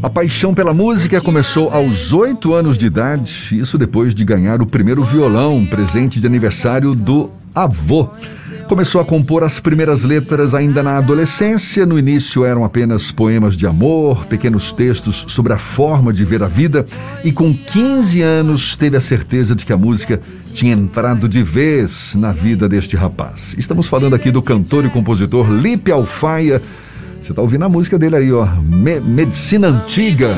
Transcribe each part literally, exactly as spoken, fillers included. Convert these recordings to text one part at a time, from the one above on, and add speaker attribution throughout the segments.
Speaker 1: A paixão pela música começou aos oito anos de idade, isso depois de ganhar o primeiro violão, presente de aniversário do avô. Começou a compor as primeiras letras ainda na adolescência. No início eram apenas poemas de amor, pequenos textos sobre a forma de ver a vida, e com quinze anos teve a certeza de que a música tinha entrado de vez na vida deste rapaz. Estamos falando aqui do cantor e compositor Lipe Alfaia. Você está ouvindo a música dele aí, ó, Me- Medicina Antiga.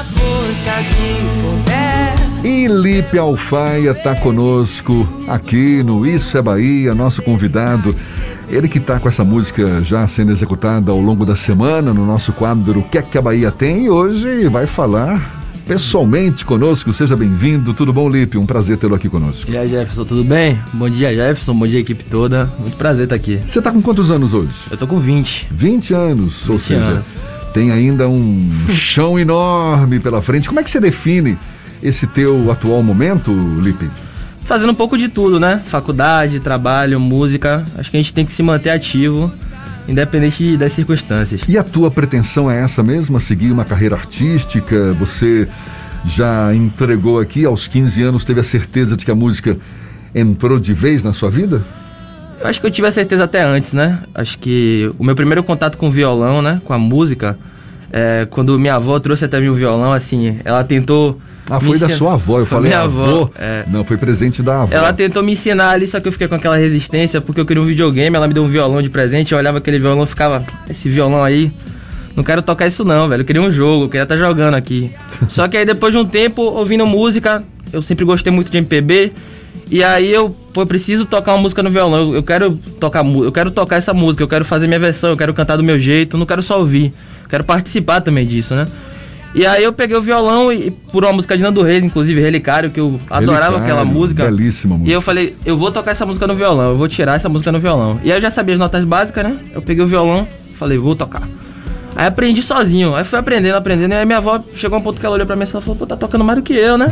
Speaker 1: E Lipe Alfaia está conosco aqui no Isso é Bahia, nosso convidado. Ele que está com essa música já sendo executada ao longo da semana no nosso quadro O que é que a Bahia tem? E hoje vai falar pessoalmente conosco. Seja bem-vindo. Tudo bom, Lipe? Um prazer tê-lo aqui conosco.
Speaker 2: E aí, Jefferson, tudo bem? Bom dia, Jefferson. Bom dia, equipe toda. Muito prazer estar aqui.
Speaker 1: Você está com quantos anos hoje?
Speaker 2: Eu tô com vinte.
Speaker 1: vinte anos, ou
Speaker 2: vinte
Speaker 1: seja,
Speaker 2: anos.
Speaker 1: Tem ainda um chão enorme pela frente. Como é que você define esse teu atual momento, Lipe?
Speaker 2: Fazendo um pouco de tudo, né? Faculdade, trabalho, música. Acho que a gente tem que se manter ativo, independente das circunstâncias.
Speaker 1: E a tua pretensão é essa mesmo, a seguir uma carreira artística? Você já entregou aqui, aos quinze anos, teve a certeza de que a música entrou de vez na sua vida?
Speaker 2: Eu acho que eu tive a certeza até antes, né? Acho que o meu primeiro contato com o violão, né? Com a música, é, quando minha avó trouxe até mim o violão, assim, ela tentou...
Speaker 1: Ah, foi da sua avó, eu
Speaker 2: foi
Speaker 1: falei
Speaker 2: minha
Speaker 1: avó.
Speaker 2: avó é.
Speaker 1: Não, foi presente da avó.
Speaker 2: Ela tentou me ensinar ali, só que eu fiquei com aquela resistência, porque eu queria um videogame, ela me deu um violão de presente, eu olhava aquele violão e ficava, esse violão aí, não quero tocar isso não, velho, eu queria um jogo, eu queria estar jogando aqui. Só que aí depois de um tempo, ouvindo música, eu sempre gostei muito de M P B, e aí eu, pô, eu preciso tocar uma música no violão, eu, eu quero tocar, eu quero tocar essa música, eu quero fazer minha versão, eu quero cantar do meu jeito, não quero só ouvir, quero participar também disso, né? E aí eu peguei o violão e por uma música de Nando Reis, inclusive Relicário, que eu adorava
Speaker 1: Relicário,
Speaker 2: aquela música.
Speaker 1: Belíssima música.
Speaker 2: E eu falei, eu vou tocar essa música no violão, eu vou tirar essa música no violão. E aí eu já sabia as notas básicas, né? Eu peguei o violão, falei, vou tocar. Aí aprendi sozinho, aí fui aprendendo, aprendendo. E aí minha avó chegou a um ponto que ela olhou pra mim e falou, pô, tá tocando mais do que eu, né?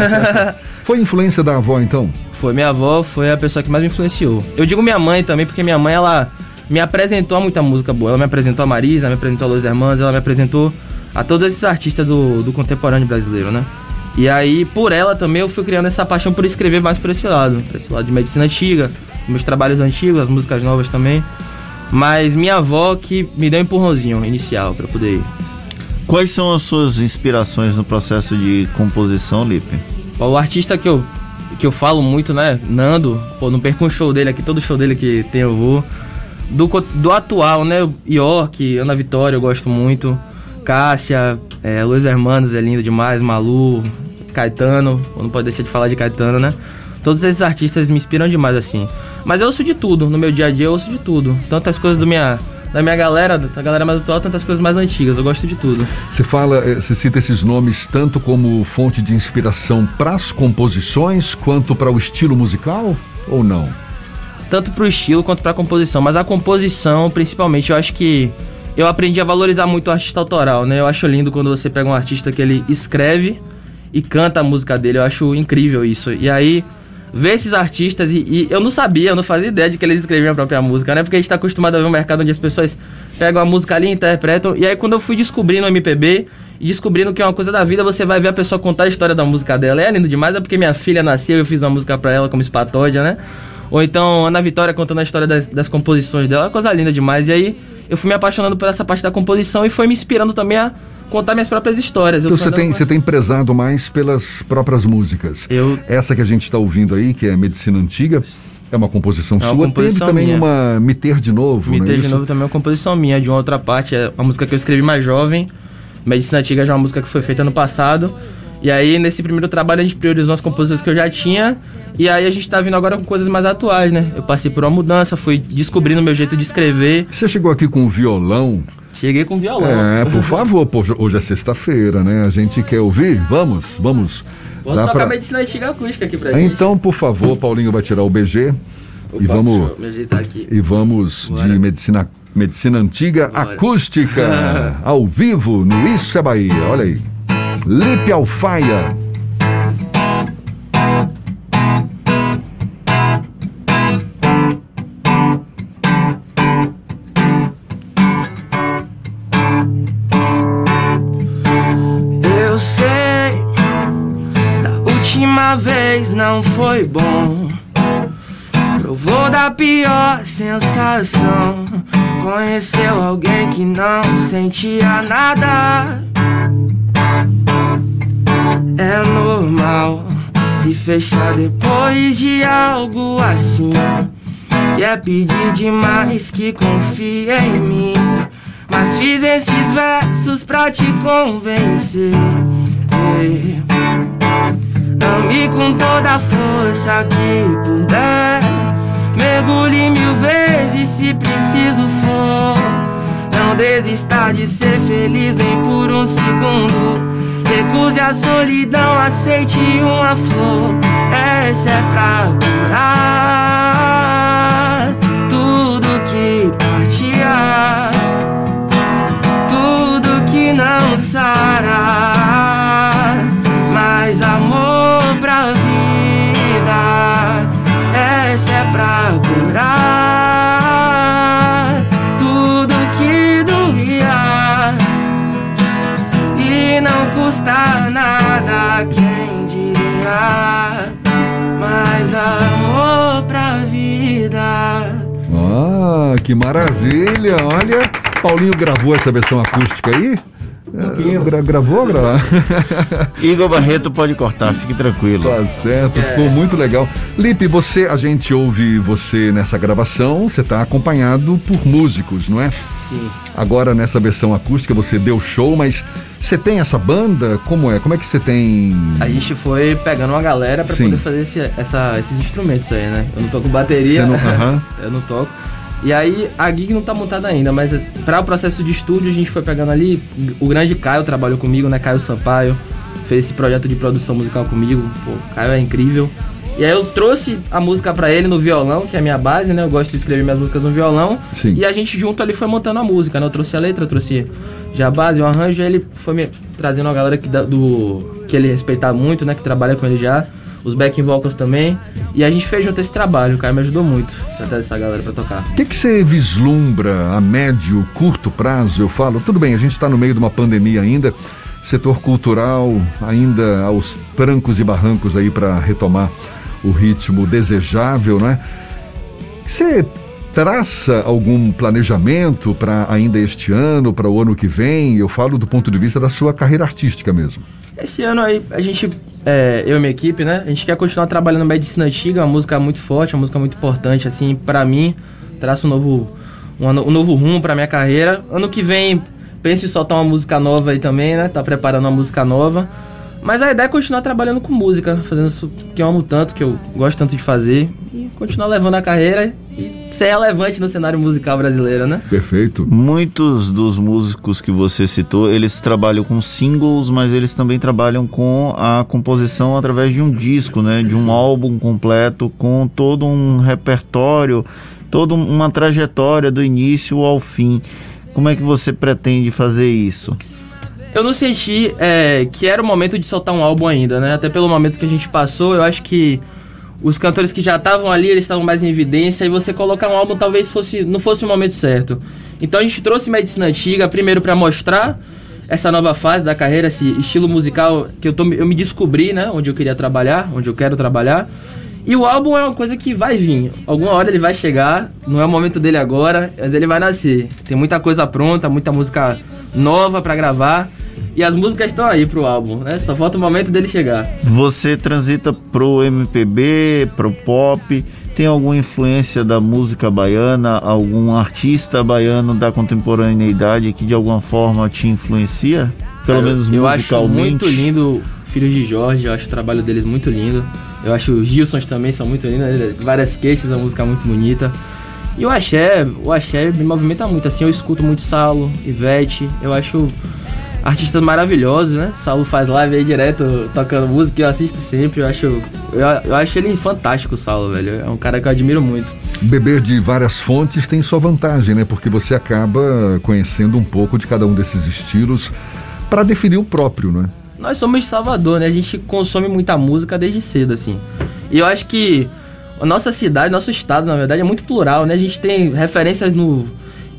Speaker 1: Foi influência da avó, então?
Speaker 2: Foi, minha avó foi a pessoa que mais me influenciou. Eu digo minha mãe também, porque minha mãe, ela me apresentou a muita música boa. Ela me apresentou a Marisa, me apresentou a Los Hermanos, ela me apresentou a todos esses artistas do, do contemporâneo brasileiro, né? E aí, por ela também, eu fui criando essa paixão por escrever mais por esse lado. Por esse lado de medicina antiga, meus trabalhos antigos, as músicas novas também. Mas minha avó que me deu um empurrãozinho inicial pra poder ir.
Speaker 3: Quais são as suas inspirações no processo de composição, Lipe?
Speaker 2: O artista que eu, que eu falo muito, né? Nando, pô, não perco um show dele aqui, todo show dele que tem eu vou. Do, do atual, né? York, Ana Vitória, eu gosto muito. Cássia, é, Los Hermanos é lindo demais, Malu, Caetano, não pode deixar de falar de Caetano, né? Todos esses artistas me inspiram demais, assim. Mas eu ouço de tudo, no meu dia a dia eu ouço de tudo. Tanto as coisas do minha, da minha galera, da galera mais atual, tanto as coisas mais antigas, eu gosto de tudo.
Speaker 1: Você fala, você cita esses nomes tanto como fonte de inspiração para as composições, quanto para o estilo musical, ou não?
Speaker 2: Tanto pro estilo quanto pra composição, mas a composição, principalmente, eu acho que eu aprendi a valorizar muito o artista autoral, né? Eu acho lindo quando você pega um artista que ele escreve e canta a música dele. Eu acho incrível isso. E aí, ver esses artistas e, e eu não sabia, eu não fazia ideia de que eles escreviam a própria música, né? Porque a gente tá acostumado a ver um mercado onde as pessoas pegam a música ali e interpretam. E aí, quando eu fui descobrindo o M P B e descobrindo que é uma coisa da vida, você vai ver a pessoa contar a história da música dela. É lindo demais, é porque minha filha nasceu e eu fiz uma música pra ela como Espatódia, né? Ou então Ana Vitória contando a história das, das composições dela, é uma coisa linda demais. E aí eu fui me apaixonando por essa parte da composição e foi me inspirando também a contar minhas próprias histórias.
Speaker 1: Então você tem, você tem prezado mais pelas próprias músicas.
Speaker 2: Eu...
Speaker 1: Essa que a gente está ouvindo aí, que é Medicina Antiga, é uma composição
Speaker 2: é uma
Speaker 1: sua.
Speaker 2: Composição
Speaker 1: Teve também
Speaker 2: minha.
Speaker 1: uma Me Ter de Novo,
Speaker 2: Me
Speaker 1: não é
Speaker 2: Ter de
Speaker 1: isso?
Speaker 2: Novo também é uma composição minha, de uma outra parte. É uma música que eu escrevi mais jovem. Medicina Antiga já é uma música que foi feita no passado. E aí, nesse primeiro trabalho, a gente priorizou as composições que eu já tinha. E aí, a gente tá vindo agora com coisas mais atuais, né? Eu passei por uma mudança, fui descobrindo o meu jeito de escrever.
Speaker 1: Você chegou aqui com o violão.
Speaker 2: Cheguei com violão.
Speaker 1: É, por favor, pô, hoje é sexta-feira, né? A gente quer ouvir? Vamos, vamos.
Speaker 2: Posso
Speaker 1: Dá
Speaker 2: tocar
Speaker 1: pra...
Speaker 2: Medicina Antiga acústica aqui pra gente.
Speaker 1: Então, por favor, Paulinho vai tirar o B G.
Speaker 2: Opa,
Speaker 1: e vamos,
Speaker 2: deixa eu me ajeitar aqui.
Speaker 1: E vamos
Speaker 2: Bora.
Speaker 1: de medicina, medicina Antiga
Speaker 2: Bora.
Speaker 1: acústica, ao vivo, no Isso é Bahia. Olha aí. Lipe Alfaia.
Speaker 2: uma vez não foi bom. Provou da pior sensação. Conheceu alguém que não sentia nada. É normal se fechar depois de algo assim. E é pedir demais que confie em mim. Mas fiz esses versos pra te convencer. Ame com toda a força que puder. Mergulhe mil vezes se preciso for. Não desista de ser feliz nem por um segundo. Recuse a solidão, aceite uma flor. Essa é pra curar tudo que partia, tudo que não sara. Mais amor pra vida. Essa é pra curar tudo que doía. E não custa nada, quem diria. Mais amor pra vida.
Speaker 1: Ah, que maravilha! Olha, Paulinho gravou essa versão acústica aí? É, gra gravou, gra
Speaker 3: Igor Barreto pode cortar, fique tranquilo.
Speaker 1: Tá certo, ficou muito legal. Lipe, você, a gente ouve você nessa gravação, você tá acompanhado por músicos, não é?
Speaker 2: Sim.
Speaker 1: Agora nessa versão acústica você deu show, mas você tem essa banda? Como é? Como é que você tem?
Speaker 2: A gente foi pegando uma galera pra
Speaker 1: Sim.
Speaker 2: poder fazer esse, essa, esses instrumentos aí, né? Eu não toco bateria,
Speaker 1: Você não... uh-huh.
Speaker 2: Eu não toco. E aí a gig não tá montada ainda, mas para o processo de estúdio a gente foi pegando ali. O grande Caio trabalhou comigo, né? Caio Sampaio fez esse projeto de produção musical comigo. Pô, o Caio é incrível. E aí eu trouxe a música pra ele no violão, que é a minha base, né? Eu gosto de escrever minhas músicas no violão.
Speaker 1: Sim.
Speaker 2: E a gente junto ali foi montando a música, né? Eu trouxe a letra, eu trouxe já a base, o arranjo, e aí ele foi me trazendo uma galera que, do, que ele respeita muito, né? Que trabalha com ele já. Os backing vocals também. E a gente fez junto esse trabalho. O Caio me ajudou muito pra trazer essa galera pra tocar.
Speaker 1: O que que você vislumbra a médio, curto prazo? Eu falo, tudo bem, a gente está no meio de uma pandemia ainda, setor cultural ainda aos trancos e barrancos aí para retomar o ritmo desejável, né? Você traça algum planejamento para ainda este ano, para o ano que vem? Eu falo do ponto de vista da sua carreira artística mesmo.
Speaker 2: Esse ano aí, a gente, é, eu e minha equipe, né? A gente quer continuar trabalhando Medicina Antiga, uma música muito forte, uma música muito importante, assim, pra mim. Traço um novo, um, um novo rumo pra minha carreira. Ano que vem, penso em soltar uma música nova aí também, né? Tá preparando uma música nova. Mas a ideia é continuar trabalhando com música, fazendo isso que eu amo tanto, que eu gosto tanto de fazer. E continuar levando a carreira e ser relevante no cenário musical brasileiro, né?
Speaker 1: Perfeito.
Speaker 3: Muitos dos músicos que você citou, eles trabalham com singles, mas eles também trabalham com a composição através de um disco, né? De um Sim. álbum completo, com todo um repertório, toda uma trajetória do início ao fim. Como é que você pretende fazer isso?
Speaker 2: Eu não senti é, que era o momento de soltar um álbum ainda, né? Até pelo momento que a gente passou, eu acho que os cantores que já estavam ali, eles estavam mais em evidência, e você colocar um álbum talvez fosse, não fosse o momento certo. Então a gente trouxe Medicina Antiga, primeiro para mostrar essa nova fase da carreira, esse estilo musical que eu, tô, eu me descobri, né? Onde eu queria trabalhar, onde eu quero trabalhar. E o álbum é uma coisa que vai vir. Alguma hora ele vai chegar, não é o momento dele agora, mas ele vai nascer. Tem muita coisa pronta, muita música nova para gravar. E as músicas estão aí pro álbum, né? Só falta o momento dele chegar.
Speaker 3: Você transita pro M P B, pro pop? Tem alguma influência da música baiana? Algum artista baiano da contemporaneidade que de alguma forma te influencia? Pelo eu, menos
Speaker 2: eu
Speaker 3: musicalmente?
Speaker 2: Eu acho muito lindo Filhos de Jorge, eu acho o trabalho deles muito lindo. Eu acho os Gilsons também são muito lindos, várias queixas, a música é muito bonita. E o axé, o axé me movimenta muito, assim, eu escuto muito Saulo, Ivete, eu acho artistas maravilhosos, né? Saulo faz live aí direto, tocando música, eu assisto sempre, eu acho, eu, eu acho ele fantástico, o Saulo, velho, é um cara que eu admiro muito.
Speaker 1: Beber de várias fontes tem sua vantagem, né? Porque você acaba conhecendo um pouco de cada um desses estilos para definir o próprio, né?
Speaker 2: Nós somos de Salvador, né? A gente consome muita música desde cedo, assim. E eu acho que a nossa cidade, nosso estado, na verdade, é muito plural, né? A gente tem referências no,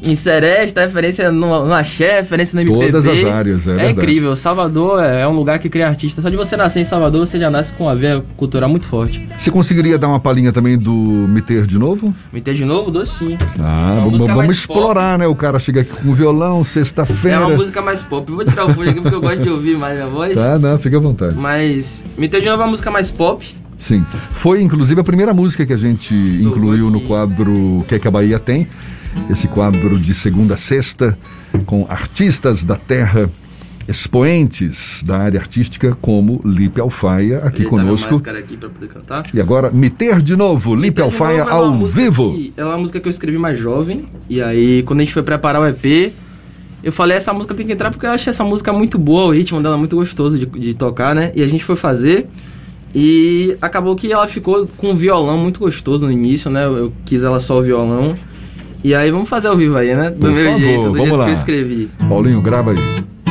Speaker 2: em seresta, referência no, no axé, referência no M P B.
Speaker 1: Todas as áreas, é,
Speaker 2: é
Speaker 1: verdade.
Speaker 2: incrível. Salvador é um lugar que cria artista. Só de você nascer em Salvador, você já nasce com uma veia cultural muito forte.
Speaker 1: Você conseguiria dar uma palhinha também do Me Ter de Novo?
Speaker 2: Me Ter de Novo, dou sim.
Speaker 1: Ah,
Speaker 2: É uma
Speaker 1: vamos,
Speaker 2: música
Speaker 1: vamos
Speaker 2: mais
Speaker 1: explorar,
Speaker 2: pop.
Speaker 1: né? O cara chega aqui com violão, sexta-feira.
Speaker 2: É uma música mais pop. Eu vou tirar o fone aqui porque eu gosto de ouvir mais minha voz.
Speaker 1: Tá, não, fica à vontade.
Speaker 2: Mas Me Ter de Novo é uma música mais pop.
Speaker 1: Sim. Foi, inclusive, a primeira música que a gente incluiu no quadro O Que é que a Bahia Tem? Esse quadro de segunda a sexta, com artistas da terra, expoentes da área artística, como Lipe Alfaia, aqui
Speaker 2: Vou
Speaker 1: conosco.
Speaker 2: minha máscara aqui pra poder cantar.
Speaker 1: E agora, Me Ter de Novo,
Speaker 2: Me
Speaker 1: Lipe
Speaker 2: Ter de
Speaker 1: Alfaia
Speaker 2: Novo é uma
Speaker 1: ao
Speaker 2: música
Speaker 1: vivo.
Speaker 2: que- é uma música que eu escrevi mais jovem. E aí, quando a gente foi preparar o E P, eu falei, essa música tem que entrar porque eu achei essa música muito boa, o ritmo dela é muito gostoso de, de tocar, né? E a gente foi fazer. E acabou que ela ficou com um violão muito gostoso no início, né? Eu, eu quis ela só o violão. E aí vamos fazer ao vivo aí, né? Do
Speaker 1: Por
Speaker 2: meu
Speaker 1: favor,
Speaker 2: jeito, do
Speaker 1: vamos
Speaker 2: jeito
Speaker 1: lá.
Speaker 2: que eu escrevi.
Speaker 1: Paulinho, grava aí.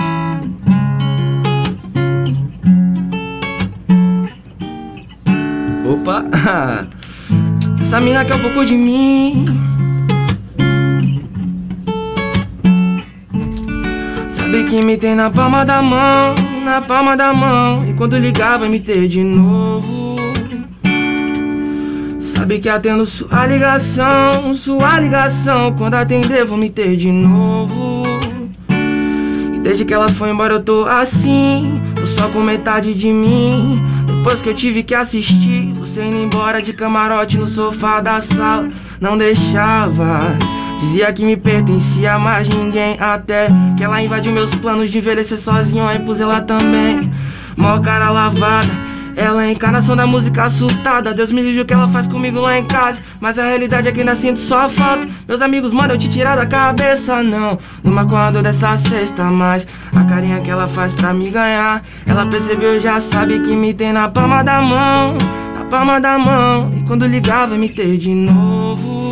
Speaker 2: Opa! Essa mina quer um pouco de mim. Sabe que me tem na palma da mão, na palma da mão. E quando ligar vai me ter de novo. Sabe que atendo sua ligação, sua ligação. Quando atender vou me ter de novo. E desde que ela foi embora eu tô assim, tô só com metade de mim. Depois que eu tive que assistir você indo embora de camarote no sofá da sala, não deixava. Dizia que me pertencia a mais ninguém, até que ela invadiu meus planos de envelhecer sozinho, aí pus ela também. Mó cara lavada, ela é a encarnação da música assustada. Deus me livre o que ela faz comigo lá em casa, mas a realidade é que ainda sinto só falta. Meus amigos, mano, eu te tirar da cabeça, não. Numa quando dessa sexta, mas a carinha que ela faz pra me ganhar, ela percebeu, já sabe que me tem na palma da mão, na palma da mão. E quando ligar vai me ter de novo.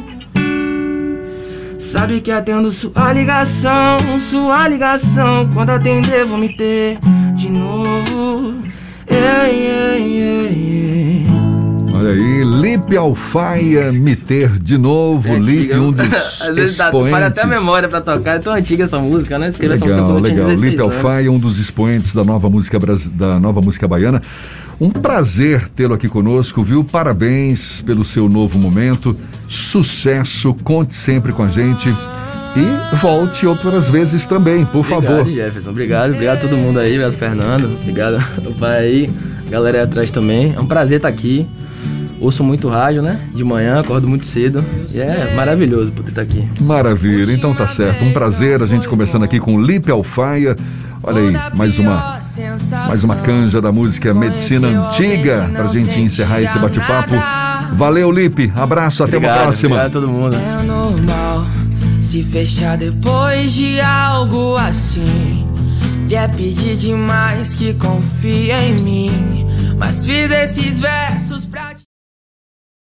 Speaker 2: Sabe que atendo sua ligação, sua ligação. Quando atender vou me ter de novo. Yeah, yeah, yeah, yeah.
Speaker 1: Olha aí, Lipe Alfaia, Me Ter de Novo.
Speaker 2: É
Speaker 1: Lipe,
Speaker 2: antiga.
Speaker 1: um dos
Speaker 2: Às vezes dá,
Speaker 1: expoentes.
Speaker 2: falha até a memória pra tocar. É tão antiga essa música, né? Escrevi essa música
Speaker 1: Legal,
Speaker 2: quando eu tinha
Speaker 1: legal.
Speaker 2: dezesseis
Speaker 1: Lipe
Speaker 2: anos.
Speaker 1: Alfaia, um dos expoentes da nova música, bras- da nova música baiana. Um prazer tê-lo aqui conosco, viu? Parabéns pelo seu novo momento. Sucesso, conte sempre com a gente. E volte outras vezes também, por
Speaker 2: Obrigado,
Speaker 1: favor.
Speaker 2: Jefferson. Obrigado, obrigado a todo mundo aí, obrigado, Fernando. Obrigado ao pai aí, galera aí atrás também. É um prazer estar aqui. Ouço muito rádio, né? De manhã, acordo muito cedo. E é maravilhoso poder estar aqui.
Speaker 1: Maravilha, então tá certo. Um prazer a gente conversando aqui com Lipe Alfaia. Olha aí, mais uma, mais uma canja da música Medicina Antiga pra gente encerrar esse bate-papo. Valeu, Lipe. Abraço, até
Speaker 2: Obrigado,
Speaker 1: uma próxima.
Speaker 2: Obrigado a todo mundo.
Speaker 4: É normal se fechar depois de algo assim. E é pedir demais que confia em mim, mas fiz esses versos pra ti.